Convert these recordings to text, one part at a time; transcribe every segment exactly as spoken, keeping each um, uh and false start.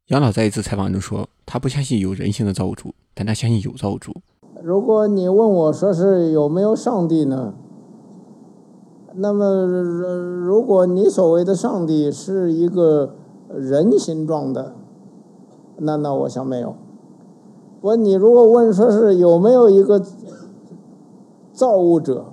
杨导在一次采访中说，他不相信有人性的造物主，但他相信有造物主。 如果你问我说是有没有上帝呢？那么如果你所谓的上帝是一个人形状的，那那我想没有。我你如果问说是有没有一个造物者，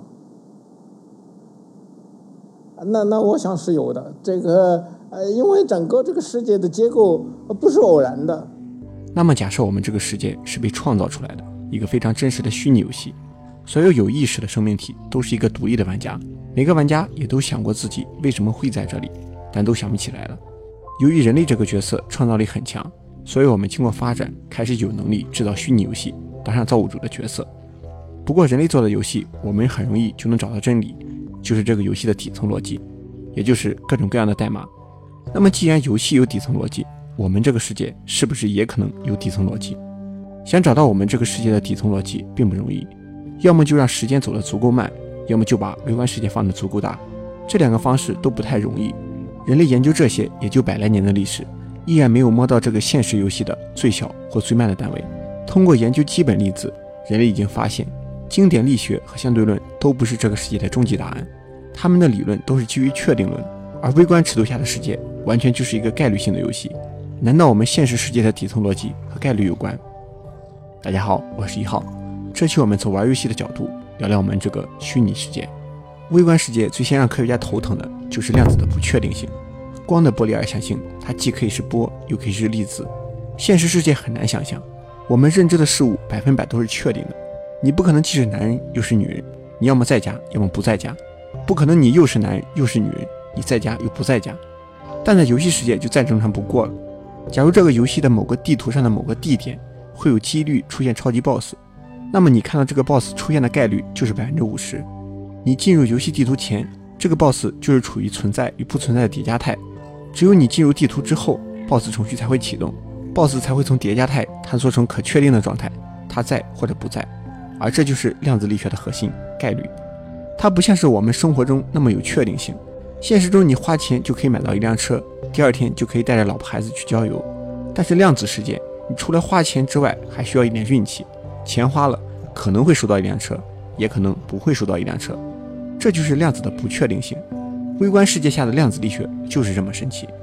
那那我想是有的。这个呃，因为整个这个世界的结构不是偶然的。 那么假设我们这个世界是被创造出来的一个非常真实的虚拟游戏，所有有意识的生命体都是一个独立的玩家，每个玩家也都想过自己为什么会在这里，但都想不起来了。由于人类这个角色创造力很强，所以我们经过发展开始有能力制造虚拟游戏，当上造物主的角色。不过人类做的游戏，我们很容易就能找到真理，就是这个游戏的底层逻辑，也就是各种各样的代码。那么既然游戏有底层逻辑，我们这个世界是不是也可能有底层逻辑？想找到我们这个世界的底层逻辑并不容易，要么就让时间走得足够慢，要么就把微观世界放得足够大，这两个方式都不太容易。人类研究这些也就百来年的历史，依然没有摸到这个现实游戏的最小或最慢的单位。通过研究基本粒子，人类已经发现经典力学和相对论都不是这个世界的终极答案，他们的理论都是基于确定论，而微观尺度下的世界完全就是一个概率性的游戏。难道我们现实世界的底层逻辑和概率有关？大家好，我是一号，这期我们从玩游戏的角度聊聊我们这个虚拟世界。微观世界最先让科学家头疼的就是量子的不确定性。光的波粒二象性，它既可以是波，又可以是粒子。现实世界很难想象，我们认知的事物百分百都是确定的。你不可能既是男人又是女人，你要么在家，要么不在家。不可能你又是男人又是女人，你在家又不在家。但在游戏世界就再正常不过了。假如这个游戏的某个地图上的某个地点会有几率出现超级 boss， 那么你看到这个 boss 出现的概率就是 百分之五十。 你进入游戏地图前，这个 boss 就是处于存在与不存在的叠加态，只有你进入地图之后， boss 程序才会启动， boss 才会从叠加态探索成可确定的状态，它在或者不在。而这就是量子力学的核心，概率。它不像是我们生活中那么有确定性，现实中你花钱就可以买到一辆车，第二天就可以带着老婆孩子去郊游。但是量子世界，你除了花钱之外还需要一点运气，钱花了可能会收到一辆车，也可能不会收到一辆车。这就是量子的不确定性。微观世界下的量子力学就是这么神奇。